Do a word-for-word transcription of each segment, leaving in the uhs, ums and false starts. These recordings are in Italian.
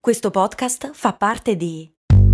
Questo podcast fa parte di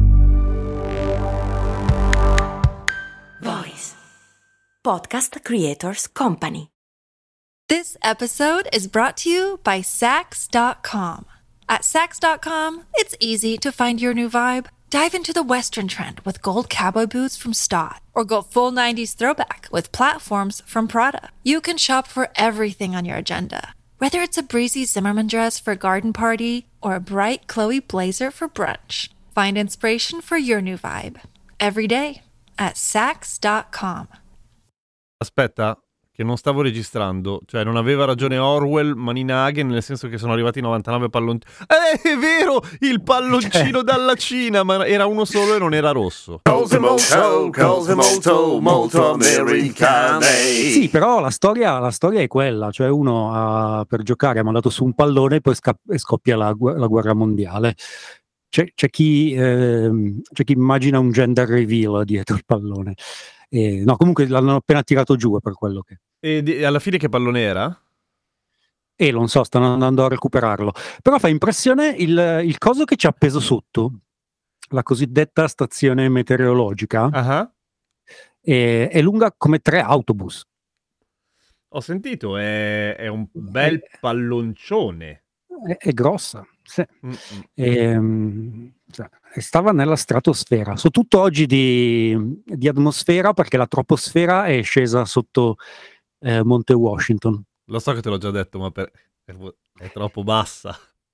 Voice Podcast Creators Company. This episode is brought to you by Sax dot com. At Sax dot com, it's easy to find your new vibe. Dive into the Western trend with gold cowboy boots from Stott, or go full nineties throwback with platforms from Prada. You can shop for everything on your agenda, whether it's a breezy Zimmermann dress for a garden party or a bright Chloe blazer for brunch. Find inspiration for your new vibe every day at Sax dot com. Aspetta, che non stavo registrando, cioè non aveva ragione Orwell, ma Nina Hagen, nel senso che sono arrivati novantanove palloncini. Eh, è vero, il palloncino dalla Cina, ma era uno solo e non era rosso. Cose molto, cose molto, molto americane. Sì, però la storia, la storia è quella, cioè uno ha, per giocare ha mandato su un pallone e poi sca- e scoppia la, gu- la guerra mondiale. C'è, c'è, chi, ehm, c'è chi immagina un gender reveal dietro il pallone. Eh, no, comunque l'hanno appena tirato giù, è per quello che... E di- alla fine che pallone era? E non so, stanno andando a recuperarlo. Però fa impressione il, il coso che ci ha appeso sotto, la cosiddetta stazione meteorologica, Ah, è, è lunga come tre autobus. ho sentito, è, è un bel palloncione. È, è grossa, sì. Mm-mm. E, e stava nella stratosfera, so tutto oggi di, di atmosfera, perché la troposfera è scesa sotto eh, Monte Washington. Lo so che te l'ho già detto, ma per... è, è troppo bassa.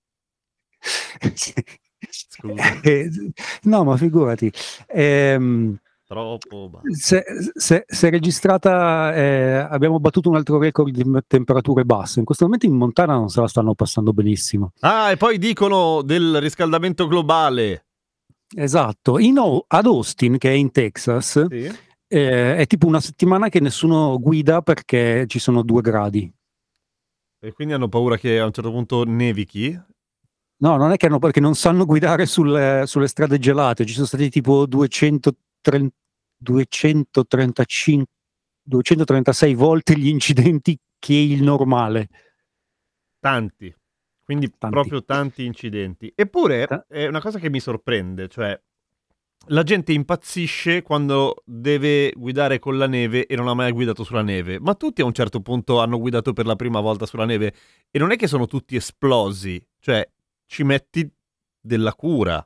Scusa. Eh, no, ma figurati. Ehm, Troppo bassa. Se, se, se è registrata, eh, abbiamo battuto un altro record di temperature basse. In questo momento in Montana non se la stanno passando benissimo. Ah, e poi dicono del riscaldamento globale. Esatto. In o- ad Austin, che è in Texas, Sì. eh, è tipo una settimana che nessuno guida perché ci sono due gradi. E quindi hanno paura che a un certo punto nevichi? No, non è che hanno, perché non sanno guidare sul- sulle strade gelate. Ci sono stati tipo duecentotrenta, duecentotrentacinque, duecentotrentasei volte gli incidenti che il normale. Tanti. Quindi Tanti. proprio tanti incidenti. Eppure Ta- è una cosa che mi sorprende, cioè la gente impazzisce quando deve guidare con la neve e non ha mai guidato sulla neve, ma tutti a un certo punto hanno guidato per la prima volta sulla neve e non è che sono tutti esplosi, cioè ci metti della cura.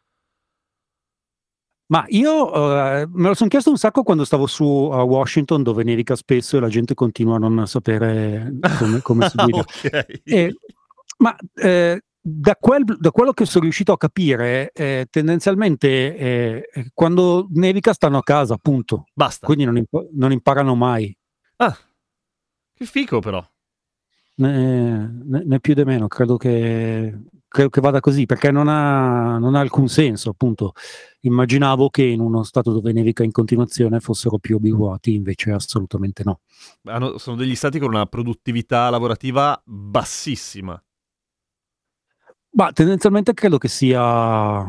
Ma io eh, me lo sono chiesto un sacco quando stavo su a Washington, dove nevica spesso e la gente continua a non sapere come, come si guida. Ok. E, ma eh, da, quel, da quello che sono riuscito a capire, eh, tendenzialmente eh, quando nevica stanno a casa, appunto. Basta. Quindi non, imp- non imparano mai, Ah, che fico però. né, né, né più né meno. Credo che, credo che vada così, perché non ha, non ha alcun senso, appunto. Immaginavo che in uno stato dove nevica in continuazione fossero più abituati, invece assolutamente no. Hanno- sono degli stati con una produttività lavorativa bassissima. Ma tendenzialmente credo che sia,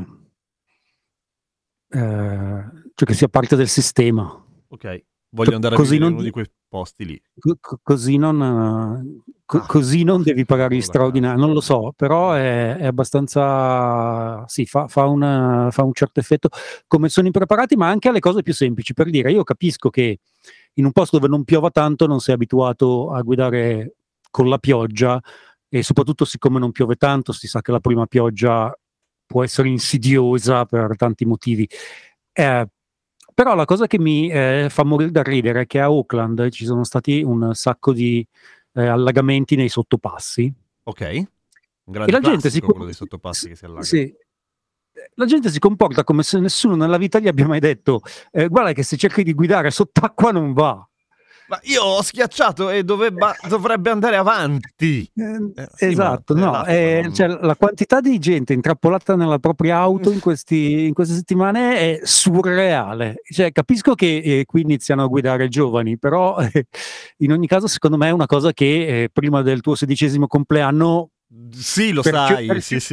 eh, cioè che sia parte del sistema. Ok, voglio Co- andare a così vivere in non uno di- di quei posti lì. Co- co- così non, eh, co- Ah, così non devi pagare gli solo da straordinari, non lo so, però è, è abbastanza, sì, fa, fa, una- fa un certo effetto, come sono impreparati, ma anche alle cose più semplici. Per dire, io capisco che in un posto dove non piova tanto non sei abituato a guidare con la pioggia, e soprattutto siccome non piove tanto, si sa che la prima pioggia può essere insidiosa per tanti motivi. Eh, Però la cosa che mi eh, fa morire da ridere è che a Auckland ci sono stati un sacco di eh, allagamenti nei sottopassi. Ok, un E grande la gente si, classico com- quello dei sottopassi che si allagano. sì, la gente si comporta come se nessuno nella vita gli abbia mai detto eh, guarda che se cerchi di guidare sott'acqua non va. Ma io ho schiacciato e dovrebbe, dovrebbe andare avanti. Eh, Eh, sì, esatto, ma, eh, no, l'acqua eh, non- cioè, la quantità di gente intrappolata nella propria auto in, questi, in queste settimane è surreale. Cioè, capisco che eh, qui iniziano a guidare giovani, però eh, in ogni caso secondo me è una cosa che eh, prima del tuo sedicesimo compleanno Sì, lo perce- sai, perce- sì, sì.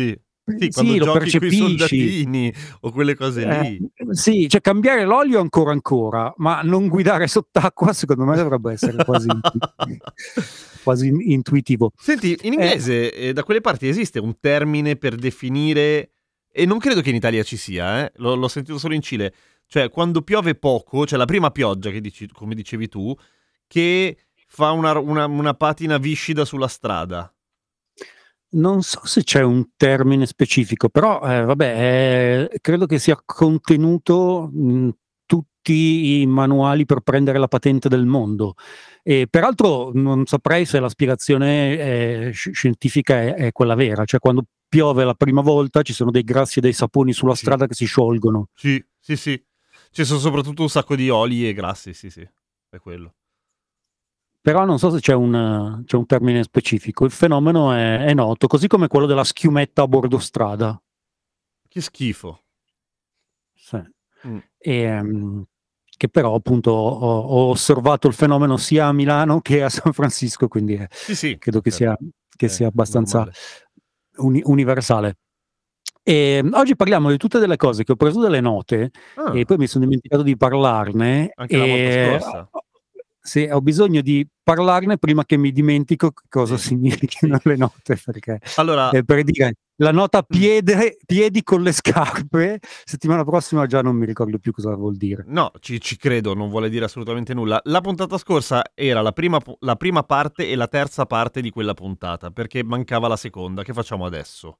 Sì, quando sì, lo giochi coi percepisci. soldatini o quelle cose Eh, lì. sì, cioè cambiare l'olio ancora ancora, ma non guidare sott'acqua secondo me dovrebbe essere quasi, intu- quasi in- intuitivo. Senti, in Eh, inglese eh, da quelle parti esiste un termine per definire, e non credo che in Italia ci sia, eh? L'ho, l'ho sentito solo in Cile, cioè quando piove poco, cioè la prima pioggia, che dici, come dicevi tu, che fa una, una, una patina viscida sulla strada. Non so se c'è un termine specifico, però eh, vabbè, eh, credo che sia contenuto in tutti i manuali per prendere la patente del mondo. E peraltro non saprei se la spiegazione eh, sci- scientifica è, è quella vera, cioè quando piove la prima volta ci sono dei grassi e dei saponi sulla Sì. strada che si sciolgono. Sì, sì, sì. Ci sono soprattutto un sacco di oli e grassi, sì, sì, è quello. Però non so se c'è un, c'è un termine specifico. Il fenomeno è, è noto, così come quello della schiumetta a bordo strada. Che schifo. Sì. Mm. Ehm, che però appunto ho, ho osservato il fenomeno sia a Milano che a San Francisco, quindi eh, Sì, sì. credo che certo. sia, che Eh, sia abbastanza normale. uni- universale. E oggi parliamo di tutte delle cose che ho preso delle note Ah, e poi mi sono dimenticato di parlarne. anche la volta E scorsa. sì, ho bisogno di parlarne prima che mi dimentico c- cosa Sì, significano sì. le note, perché Allora, eh, per dire la nota Mm. piede, piedi con le scarpe, settimana prossima già non mi ricordo più cosa vuol dire. no, ci, ci credo, non vuole dire assolutamente nulla. La puntata scorsa era la prima, pu- la prima parte e la terza parte di quella puntata, perché mancava la seconda. Che facciamo adesso?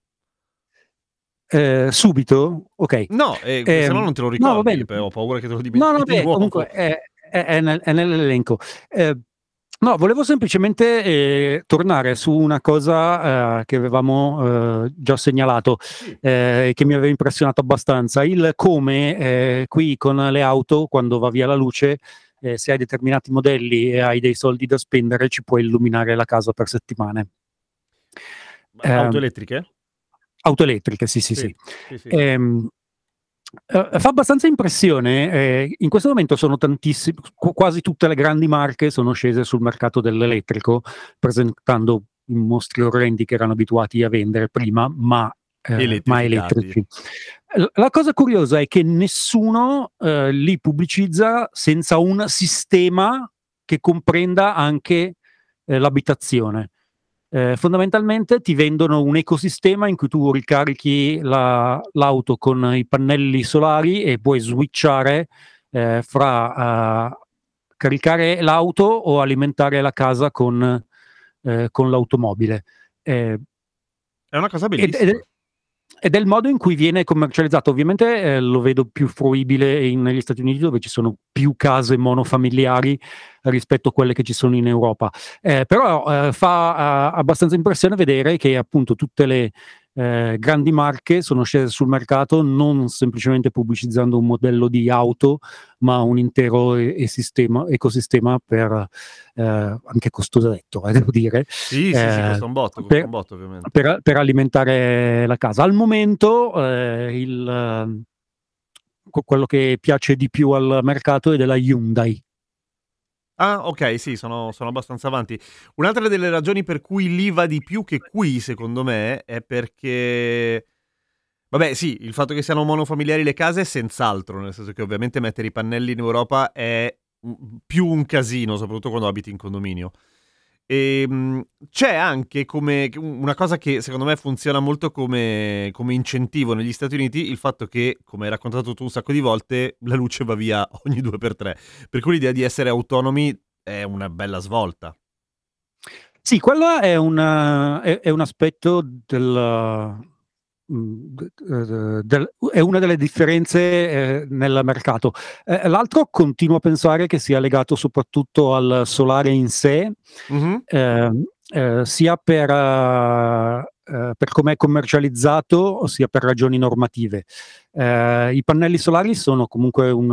Eh, subito? Ok. No, eh, Eh, se no non te lo no, va ricordi, bene. beh, ho paura che te lo No, dimentichi no, di beh, nuovo. comunque è, è- è nel- è nell'elenco. Eh, no, volevo semplicemente eh, tornare su una cosa eh, che avevamo eh, già segnalato Sì. eh, e che mi aveva impressionato abbastanza. Il come eh, qui con le auto, quando va via la luce, eh, se hai determinati modelli e hai dei soldi da spendere, ci puoi illuminare la casa per settimane. Auto Eh, elettriche? auto elettriche, sì, sì, Sì, sì. sì, sì. Ehm, eh, fa abbastanza impressione. Eh, in questo momento sono tantissime, qu- quasi tutte le grandi marche sono scese sul mercato dell'elettrico, presentando i mostri orrendi che erano abituati a vendere prima, ma, eh, ma Elettrificati. elettrici. L- La cosa curiosa è che nessuno eh, li pubblicizza senza un sistema che comprenda anche eh, l'abitazione. Eh, fondamentalmente ti vendono un ecosistema in cui tu ricarichi la- l'auto con i pannelli solari e puoi switchare eh, fra eh, caricare l'auto o alimentare la casa con, eh, con l'automobile. Eh, È una cosa ed, bellissima. ed- ed è il modo in cui viene commercializzato. Ovviamente eh, lo vedo più fruibile in- negli Stati Uniti, dove ci sono più case monofamiliari rispetto a quelle che ci sono in Europa. Eh, però eh, fa eh, abbastanza impressione vedere che appunto tutte le eh, grandi marche sono scese sul mercato non semplicemente pubblicizzando un modello di auto, ma un intero e- e sistema- ecosistema per eh, anche costosetto, eh, devo dire, Sì, sì, sì, eh, costa un botto, costa per, un botto ovviamente. per- per alimentare la casa. Al momento eh, il, eh, que- quello che piace di più al mercato è della Hyundai. Ah, ok, sì, sono, sono abbastanza avanti. Un'altra delle ragioni per cui lì va di più che qui, secondo me, è perché... Vabbè, sì, il fatto che siano monofamiliari le case è senz'altro, nel senso che ovviamente mettere i pannelli in Europa è mm, più un casino, soprattutto quando abiti in condominio. E mh, c'è anche come una cosa che secondo me funziona molto come, come incentivo negli Stati Uniti, il fatto che, come hai raccontato tu un sacco di volte, la luce va via ogni due per tre. Per cui l'idea di essere autonomi è una bella svolta. Sì, quello è, una- è- è un aspetto del, mm, d- del- è una delle differenze eh, nel mercato. Eh, l'altro continuo a pensare che sia legato soprattutto al solare in sé, Mhm. ehm, eh, sia per, eh, eh, per come è commercializzato, sia per ragioni normative. Eh, I pannelli solari sono comunque un,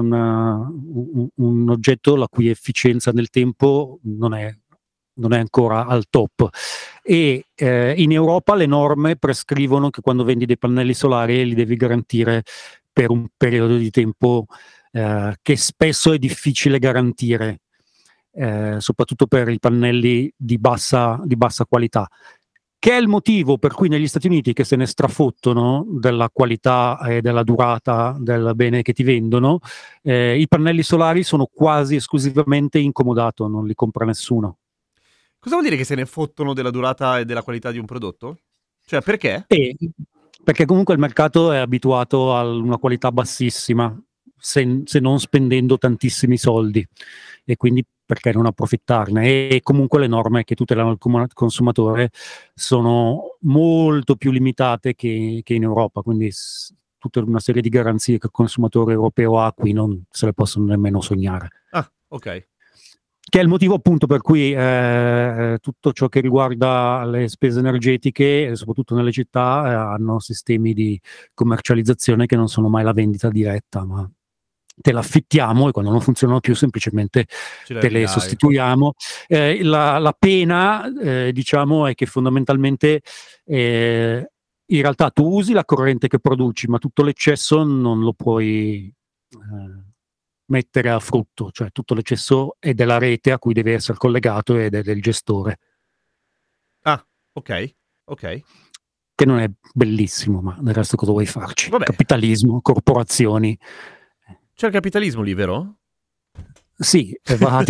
un- un oggetto la cui efficienza nel tempo non è, non è ancora al top. E eh, in Europa le norme prescrivono che quando vendi dei pannelli solari li devi garantire per un periodo di tempo eh, che spesso è difficile garantire, eh, soprattutto per i pannelli di bassa, di bassa qualità. che è il motivo per cui negli Stati Uniti, che se ne strafottono della qualità e della durata del bene che ti vendono, eh, i pannelli solari sono quasi esclusivamente incomodato, non li compra nessuno. Cosa vuol dire che se ne fottono della durata e della qualità di un prodotto? Cioè, perché? E, perché comunque il mercato è abituato a una qualità bassissima, se, se non spendendo tantissimi soldi, e quindi perché non approfittarne? E comunque le norme che tutelano il consumatore sono molto più limitate che, che in Europa, quindi s- tutta una serie di garanzie che il consumatore europeo ha qui non se le possono nemmeno sognare. Ah, ok. Che è il motivo appunto per cui eh, tutto ciò che riguarda le spese energetiche, soprattutto nelle città, eh, hanno sistemi di commercializzazione che non sono mai la vendita diretta, ma te l'affittiamo e quando non funzionano più semplicemente Ce la te le ridai. sostituiamo. Eh, la, la pena, eh, diciamo, è che fondamentalmente eh, in realtà tu usi la corrente che produci, ma tutto l'eccesso non lo puoi eh, mettere a frutto, cioè tutto l'eccesso è della rete a cui deve essere collegato ed è del gestore, Ah, ok, ok. che non è bellissimo, ma del resto cosa vuoi farci? Vabbè. Capitalismo, corporazioni. C'è il capitalismo lì, vero? Sì, e va,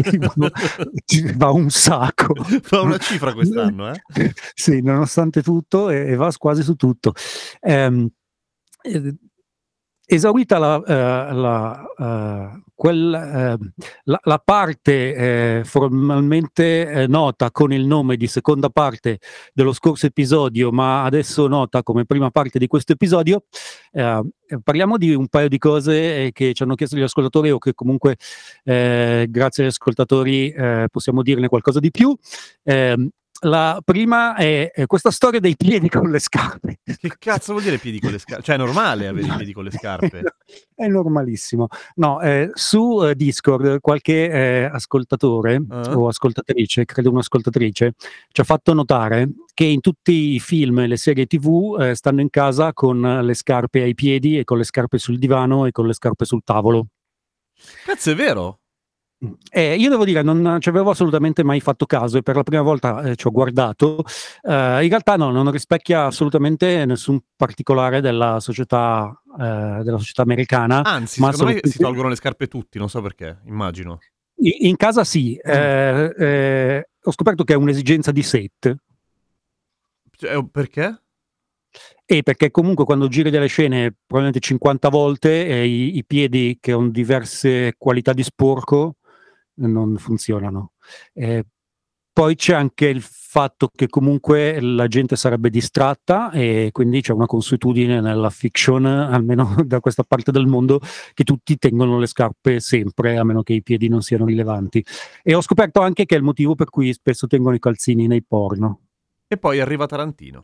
va un sacco. Fa una cifra quest'anno, eh? Sì, nonostante tutto, e, e va quasi su tutto. Ehm, eh, esaurita la, eh, la, eh, quel, eh, la, la parte eh, formalmente eh, nota con il nome di seconda parte dello scorso episodio, ma adesso nota come prima parte di questo episodio, eh, parliamo di un paio di cose eh, che ci hanno chiesto gli ascoltatori o che comunque eh, grazie agli ascoltatori eh, possiamo dirne qualcosa di più. Eh, la prima è, è questa storia dei piedi con le scarpe. Che cazzo vuol dire piedi con le scarpe? Cioè, è normale avere i piedi con le scarpe? È normalissimo. No, eh, su eh, Discord qualche eh, ascoltatore Ah. o ascoltatrice, credo un'ascoltatrice, ci ha fatto notare che in tutti i film e le serie tivù eh, stanno in casa con le scarpe ai piedi e con le scarpe sul divano e con le scarpe sul tavolo. Cazzo, è vero? Eh, io devo dire, non ci avevo assolutamente mai fatto caso e per la prima volta eh, ci ho guardato. Eh, in realtà no, non rispecchia assolutamente nessun particolare della società, eh, della società americana. Anzi, ma secondo me sono- si tolgono le scarpe tutti, non so perché, immagino. In, in casa sì, eh, eh, ho scoperto che è un'esigenza di set. Cioè, perché? E perché comunque quando giri delle scene probabilmente cinquanta volte eh, i, i piedi che hanno diverse qualità di sporco eh, non funzionano. Eh, poi c'è anche il fatto che comunque la gente sarebbe distratta e quindi c'è una consuetudine nella fiction, almeno da questa parte del mondo, che tutti tengono le scarpe sempre, a meno che i piedi non siano rilevanti. E ho scoperto anche che è il motivo per cui spesso tengono i calzini nei porno. E poi arriva Tarantino.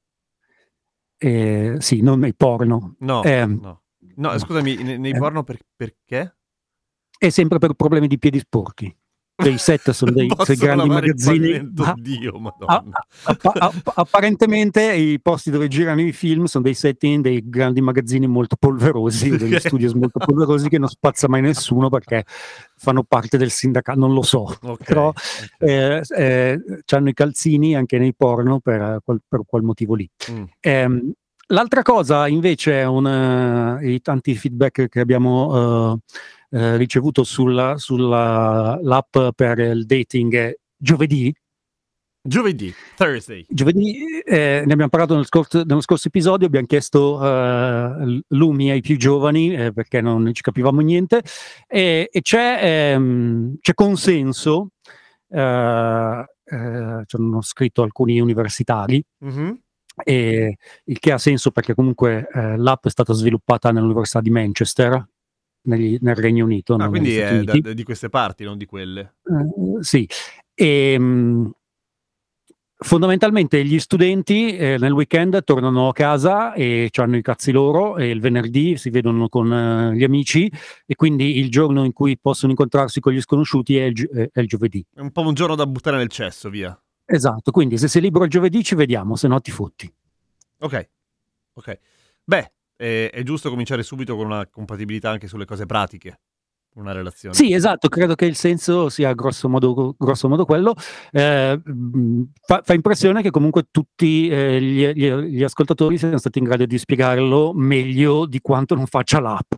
Eh, sì, non nei porno. No, Eh, no. No, scusami, nei, nei Eh. porno per- perché? È sempre per problemi di piedi sporchi. Cioè, i set sono dei, Possono dei grandi lavare il magazzini. pavimento, ma- Dio, a- madonna. a- appa- app- apparentemente i posti dove girano i film sono dei set in dei grandi magazzini molto polverosi, o degli Ok. studios molto polverosi che non spazza mai nessuno perché fanno parte del sindacato, non lo so. Ok, Però ok. eh, eh, c'hanno i calzini anche nei porno per quel, per quel motivo lì. Mm. Ehm, l'altra cosa invece è un, eh, i tanti feedback che abbiamo eh, eh, ricevuto sulla, sulla l'app per il dating è giovedì. Giovedì, Thursday. Giovedì eh, ne abbiamo parlato nello scorso, nello scorso episodio, abbiamo chiesto eh, Lumi ai più giovani eh, perché non ci capivamo niente e, e c'è, ehm, c'è consenso, eh, eh, ci hanno scritto alcuni universitari, Mhm. e, il che ha senso perché comunque eh, l'app è stata sviluppata nell'Università di Manchester, negli- nel Regno Unito, Ah, non negli quindi Stati è da- Uniti. di queste parti, non di quelle. Eh, sì, e mh, fondamentalmente gli studenti eh, nel weekend tornano a casa e hanno i cazzi loro e il venerdì si vedono con eh, gli amici e quindi il giorno in cui possono incontrarsi con gli sconosciuti è il, gi- è- è il giovedì. È un po' un giorno da buttare nel cesso, via. Esatto, quindi se sei libero il giovedì ci vediamo, se no ti fotti. Ok, ok. Beh, è, è giusto cominciare subito con una compatibilità anche sulle cose pratiche. una relazione. Sì, esatto, credo che il senso sia grosso modo, grosso modo quello. Eh, fa, fa impressione che comunque tutti eh, gli, gli, gli ascoltatori siano stati in grado di spiegarlo meglio di quanto non faccia l'app.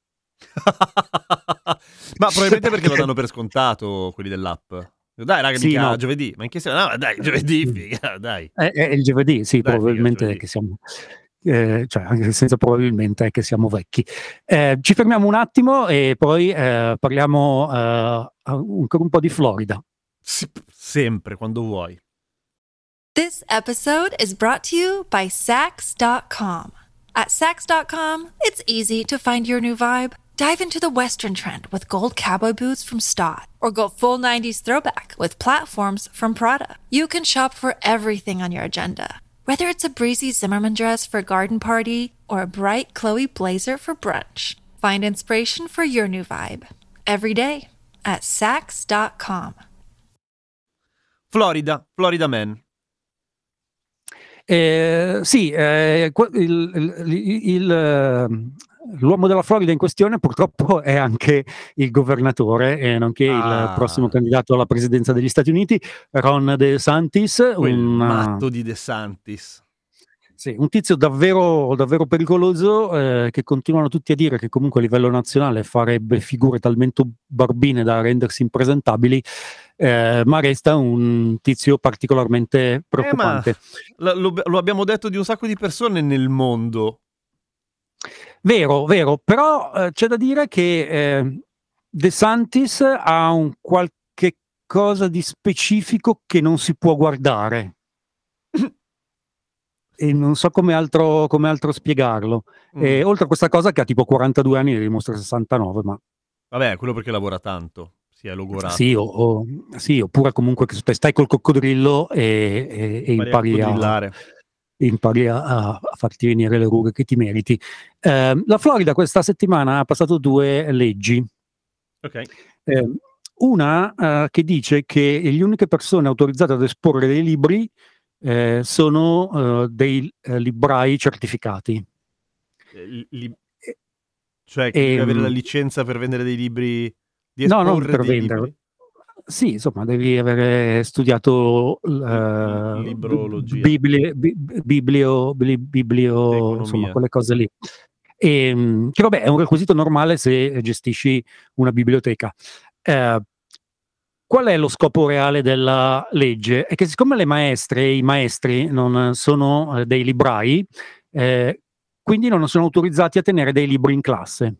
Ma probabilmente perché lo danno per scontato quelli dell'app. Dai raga, Sì, mica no. giovedì, ma in che senso? No, dai, giovedì, figa, dai. È, è il giovedì, sì, Dai, probabilmente figa, è che siamo... Eh, cioè anche senza probabilmente è che siamo vecchi. Eh, ci fermiamo un attimo e poi eh, parliamo eh, ancora un po' di Florida. Sì, sempre, quando vuoi. This episode is brought to you by Sax dot com. At Sax dot com, it's easy to find your new vibe. Dive into the Western trend with gold cowboy boots from Stott, or go full nineties throwback with platforms from Prada. You can shop for everything on your agenda, whether it's a breezy Zimmermann dress for a garden party or a bright Chloe blazer for brunch. Find inspiration for your new vibe every day at Sax dot com. Florida, Florida Man. Eh, sì, eh, il, il, il, l'uomo della Florida in questione purtroppo è anche il governatore e nonché Ah. il prossimo candidato alla presidenza degli Stati Uniti, Ron DeSantis. Quel un, matto di DeSantis. Sì, un tizio davvero, davvero pericoloso eh, che continuano tutti a dire che comunque a livello nazionale farebbe figure talmente barbine da rendersi impresentabili, eh, ma resta un tizio particolarmente preoccupante. Eh, ma lo, lo abbiamo detto di un sacco di persone nel mondo. Vero, vero, però eh, c'è da dire che eh, DeSantis ha un qualche cosa di specifico che non si può guardare. E non so come altro, come altro spiegarlo. Mm. E, oltre a questa cosa che ha tipo quarantadue anni e ne dimostra sessantanove, ma... Vabbè, quello perché lavora tanto, si è logorato. Sì, o, o, sì, oppure comunque che stai col coccodrillo e, e, e impari, a, impari a, a farti venire le rughe che ti meriti. Eh, la Florida questa settimana ha passato due leggi. Ok. Eh, una eh, che dice che le uniche persone autorizzate ad esporre dei libri eh, sono eh, dei eh, librai certificati. Eh, li, cioè che e, devi avere la licenza per vendere dei libri, di no, esporre non per dei vendere. libri? Sì, insomma, devi avere studiato uh, librologia, biblio, biblio, biblio insomma, quelle cose lì. E, che vabbè, è un requisito normale se gestisci una biblioteca. Eh, qual è lo scopo reale della legge? È che siccome le maestre e i maestri non sono eh, dei librai, eh, quindi non sono autorizzati a tenere dei libri in classe.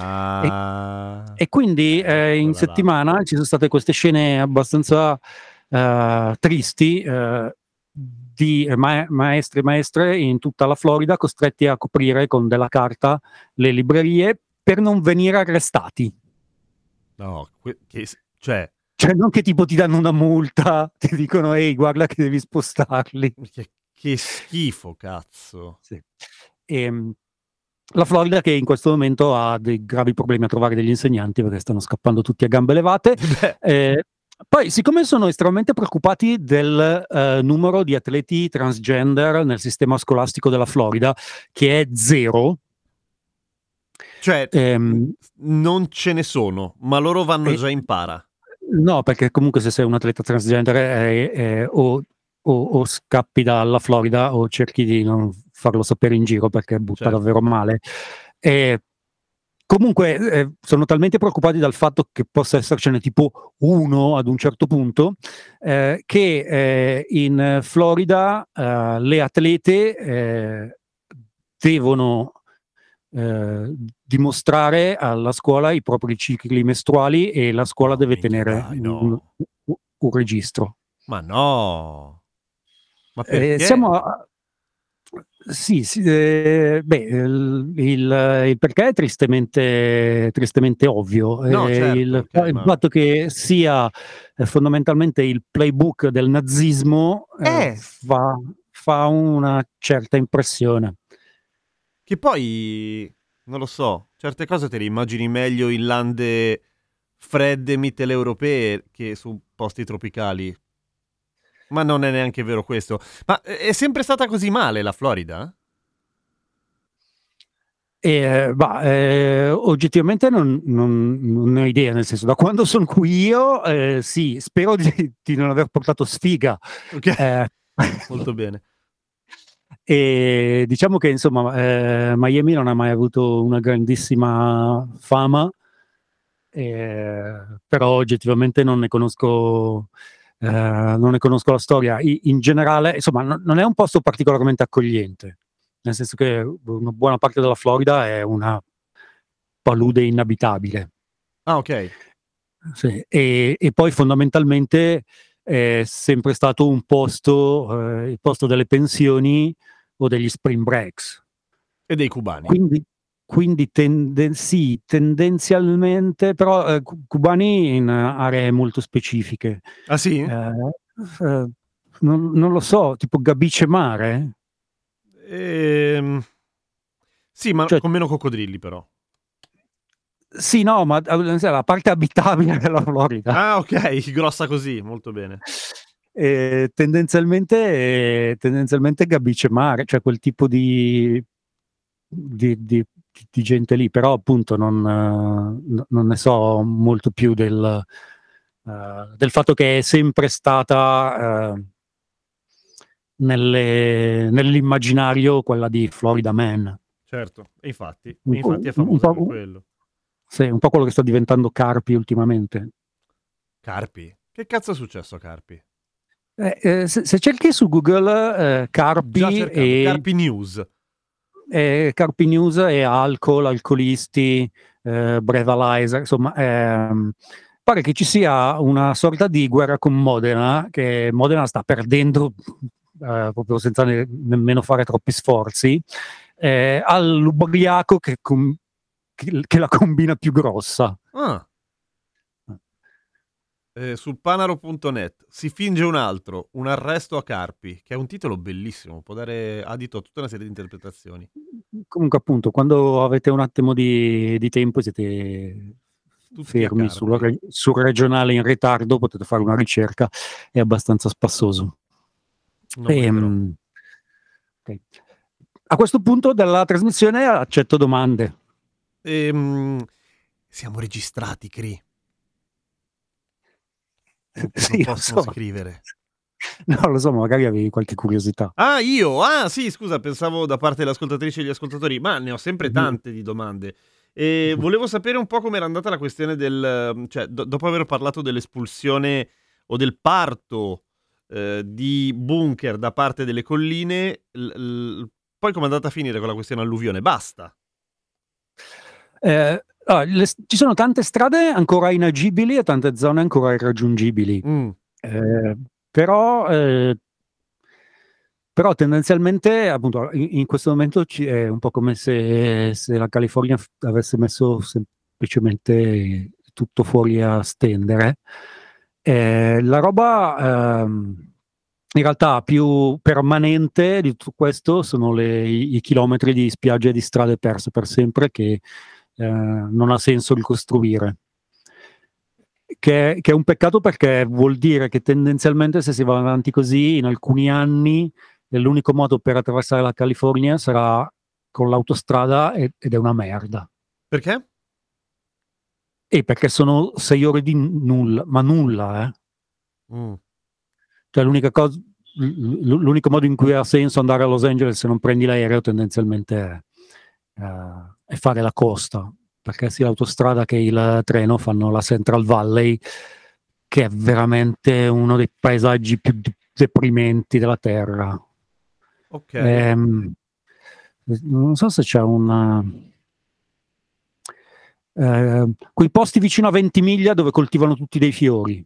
Ah, e, e quindi eh, in settimana là. Ci sono state queste scene abbastanza eh, tristi eh, di ma- maestri e maestre in tutta la Florida costretti a coprire con della carta le librerie per non venire arrestati. No, que- che, cioè... Cioè non che tipo ti danno una multa, ti dicono ehi guarda che devi spostarli. Che, che schifo, cazzo. Sì. E, la Florida che in questo momento ha dei gravi problemi a trovare degli insegnanti perché stanno scappando tutti a gambe levate. Eh, poi, siccome sono estremamente preoccupati del eh, numero di atleti transgender nel sistema scolastico della Florida, che è zero. Cioè, ehm, non ce ne sono, ma loro vanno eh, già in para. No, perché comunque se sei un atleta transgender eh, eh, o, o, o scappi dalla Florida o cerchi di non farlo sapere in giro perché butta certo. davvero male. E comunque eh, sono talmente preoccupati dal fatto che possa essercene tipo uno ad un certo punto eh, che eh, in Florida eh, le atlete eh, devono eh, dimostrare alla scuola i propri cicli mestruali e la scuola no, deve minchia, tenere dai, no. un, un, un registro. Ma no! Ma perché? Eh, siamo a, Sì, sì eh, beh, il, il, il perché è tristemente, tristemente ovvio. No, eh, certo, il, okay, il ma... fatto che sia eh, fondamentalmente il playbook del nazismo eh, eh. fa, fa una certa impressione. Che poi, non lo so, certe cose te le immagini meglio in lande fredde mitteleuropee che su posti tropicali. Ma non è neanche vero questo. Ma è sempre stata così male la Florida? E, bah, eh, oggettivamente non, non, non ho idea, nel senso, da quando sono qui io, eh, sì, spero di, di non aver portato sfiga. Ok, Eh, molto bene. e diciamo che insomma eh, Miami non ha mai avuto una grandissima fama, eh, però oggettivamente non ne conosco, eh, non ne conosco la storia. I- in generale, insomma, no- non è un posto particolarmente accogliente, nel senso che una buona parte della Florida è una palude inabitabile. Ah, ok. Sì, e, e poi fondamentalmente è sempre stato un posto, eh, il posto delle pensioni o degli spring breaks. E dei cubani. Quindi, quindi tenden- sì, tendenzialmente, però eh, cu- cubani in aree molto specifiche. Ah sì? Eh, eh, non, non lo so, tipo Gabice Mare? Ehm, Sì, ma Cioè, con meno coccodrilli però. sì, no, ma eh, la parte abitabile della Florida. Ah, ok, grossa così, molto bene. Eh, tendenzialmente, eh, tendenzialmente Gabice Mare, cioè quel tipo di, di, di- di gente lì, però appunto non, eh, non ne so molto più del, eh, del fatto che è sempre stata eh, nelle- nell'immaginario quella di Florida Man. Certo, e infatti, e Un po', infatti è un famosa per po', quello. sì, un po' quello che sta diventando Carpi ultimamente. Carpi? Che cazzo è successo a Carpi? Eh, eh, se, se cerchi su Google eh, Già Carpi cercando, e Carpi News. eh, Carpi News e alcol, alcolisti, eh, brevathizer, insomma, ehm, pare che ci sia una sorta di guerra con Modena, che Modena sta perdendo eh, proprio senza ne- nemmeno fare troppi sforzi, eh, all'ubriaco che, com- che, che la combina più grossa. Ah, eh, sul panaro punto net si finge un altro, un arresto a Carpi, che è un titolo bellissimo, può dare adito a tutta una serie di interpretazioni. Comunque, appunto, quando avete un attimo di, di tempo, siete Tutti a fermi sul, Carpi. re- sul regionale in ritardo, potete fare una ricerca, è abbastanza spassoso. Non mancherò. Ehm, ok. A questo punto della trasmissione accetto domande. Ehm, siamo registrati, Cri. Non, non Sì, lo possono so. scrivere. No, lo so, ma magari avevi qualche curiosità. Ah, io? Ah, sì, scusa, pensavo da parte delle ascoltatrici e degli ascoltatori, ma ne ho sempre Mhm. tante di domande. E volevo sapere un po' come era andata la questione del... cioè, do- dopo aver parlato dell'espulsione o del parto eh, di bunker da parte delle colline, l- l- poi come è andata a finire con la questione alluvione? Basta. Eh, ah, le- ci sono tante strade ancora inagibili e tante zone ancora irraggiungibili. Mm, Eh, però, eh, però tendenzialmente, appunto, in, in questo momento ci- è un po' come se, se la California f- avesse messo semplicemente tutto fuori a stendere. Eh, la roba, ehm, in realtà più permanente di tutto questo sono le- i, i chilometri di spiagge e di strade perse per sempre che eh, non ha senso ricostruire. Che, che è un peccato perché vuol dire che tendenzialmente se si va avanti così in alcuni anni eh, l'unico modo per attraversare la California sarà con l'autostrada e- ed è una merda. perché? E perché sono sei ore di nulla, ma nulla, eh. Mm, Cioè l'unica cosa, l- l- l'unico modo in cui ha senso andare a Los Angeles se non prendi l'aereo tendenzialmente è, eh, è fare la costa, perché sia l'autostrada che il treno fanno la Central Valley, che è veramente uno dei paesaggi più de- deprimenti della Terra. ok. Ehm, non so se c'è una... eh, quei posti vicino a Ventimiglia dove coltivano tutti dei fiori,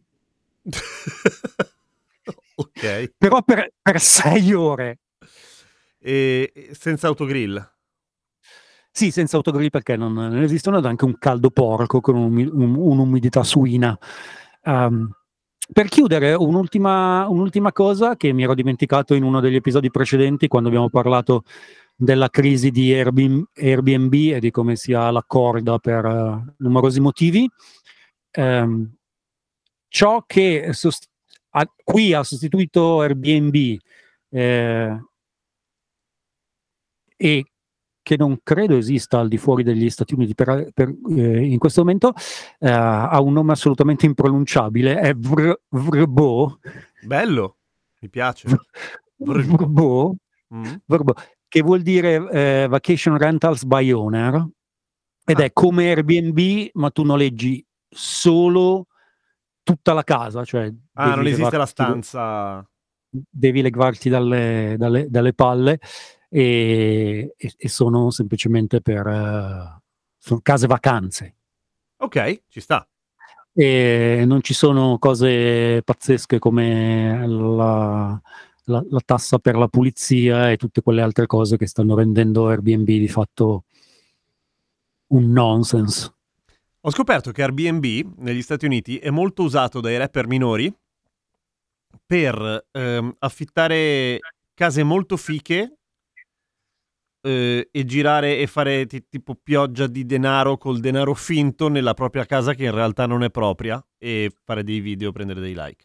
Ok. però per, per sei ore. E, e senza autogrill. Sì, senza autogrill perché non, non esistono, ed anche un caldo porco con un'umi- un- un'umidità suina. Um, per chiudere, un'ultima, un'ultima cosa che mi ero dimenticato in uno degli episodi precedenti, quando abbiamo parlato della crisi di Airbnb, Airbnb e di come sia la corda per uh, numerosi motivi. Ehm, ciò che sost- ha- qui ha sostituito Airbnb eh, e che non credo esista al di fuori degli Stati Uniti per, per, eh, in questo momento, eh, ha un nome assolutamente impronunciabile, è Vr- Vrbo. Bello, mi piace. Vrbo, Mm. Vrbo, che vuol dire eh, Vacation Rentals by Owner, ed Ah. è come Airbnb, ma tu noleggi solo tutta la casa, cioè Ah, non esiste la levarti- stanza. devi levarti dalle, dalle, dalle palle e, e- e sono semplicemente per eh, sono case vacanze. Ok, ci sta. E non ci sono cose pazzesche come la, la- la tassa per la pulizia e tutte quelle altre cose che stanno rendendo Airbnb di fatto un nonsense. Ho scoperto che Airbnb negli Stati Uniti è molto usato dai rapper minori per ehm, affittare case molto fiche eh, e girare e fare ti- tipo pioggia di denaro col denaro finto nella propria casa che in realtà non è propria e fare dei video, prendere dei like.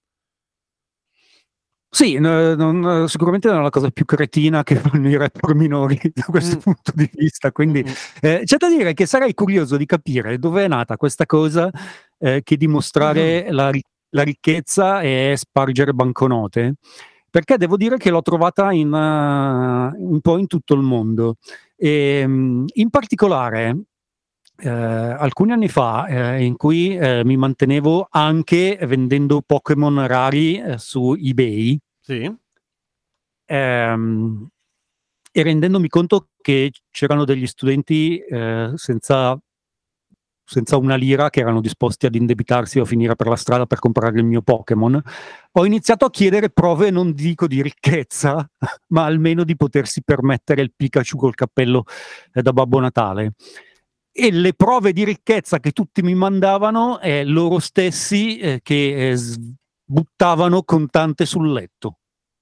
Sì, no- non- sicuramente non è la cosa più cretina che fanno i rapper minori da questo Mm. punto di vista. Quindi Mm-mm. eh, c'è da dire che sarei curioso di capire dove è nata questa cosa eh, che dimostrare la, ri- la ricchezza e spargere banconote, perché devo dire che l'ho trovata in, eh, un po' in tutto il mondo. E, mh, in particolare, eh, alcuni anni fa, eh, in cui eh, mi mantenevo anche vendendo Pokémon rari eh, su eBay, Sì? ehm, e rendendomi conto che c'erano degli studenti eh, senza, senza una lira che erano disposti ad indebitarsi o a finire per la strada per comprare il mio Pokémon, ho iniziato a chiedere prove, non dico di ricchezza, ma almeno di potersi permettere il Pikachu col cappello eh, da Babbo Natale. E le prove di ricchezza che tutti mi mandavano è loro stessi eh, che eh, s- buttavano contante sul letto.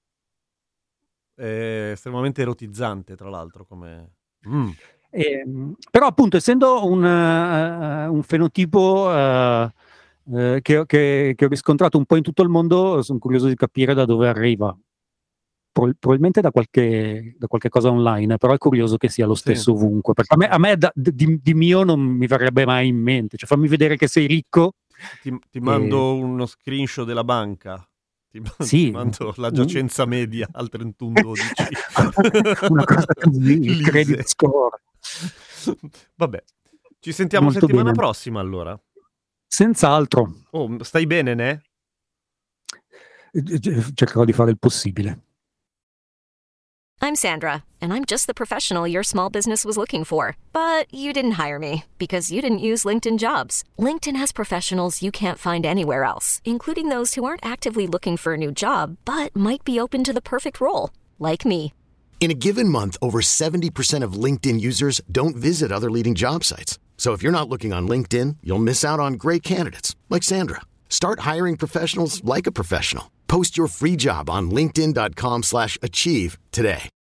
È estremamente erotizzante, tra l'altro, come... Mm. Ehm, però appunto essendo un, eh, un fenotipo eh, eh, che, che- che ho riscontrato un po' in tutto il mondo, sono curioso di capire da dove arriva. Pro- probabilmente da qualche, da qualche cosa online, però è curioso che sia lo Sì. stesso ovunque, perché a me, a me da- di, di mio non mi verrebbe mai in mente, cioè fammi vedere che sei ricco. Ti, ti mando uno screenshot della banca. Ti, Sì. ti mando la giacenza media al trentuno dodici. Una cosa così, il Lise. credit score. Vabbè, ci sentiamo Molto settimana bene. prossima allora. Senz'altro. Oh, stai bene, ne? Eh, eh, cercherò di fare il possibile. I'm Sandra, and I'm just the professional your small business was looking for. But you didn't hire me because you didn't use LinkedIn Jobs. LinkedIn has professionals you can't find anywhere else, including those who aren't actively looking for a new job, but might be open to the perfect role, like me. In a given month, over seventy percent of LinkedIn users don't visit other leading job sites. So if you're not looking on LinkedIn, you'll miss out on great candidates like Sandra. Start hiring professionals like a professional. Post your free job on linkedin dot com slash achieve today.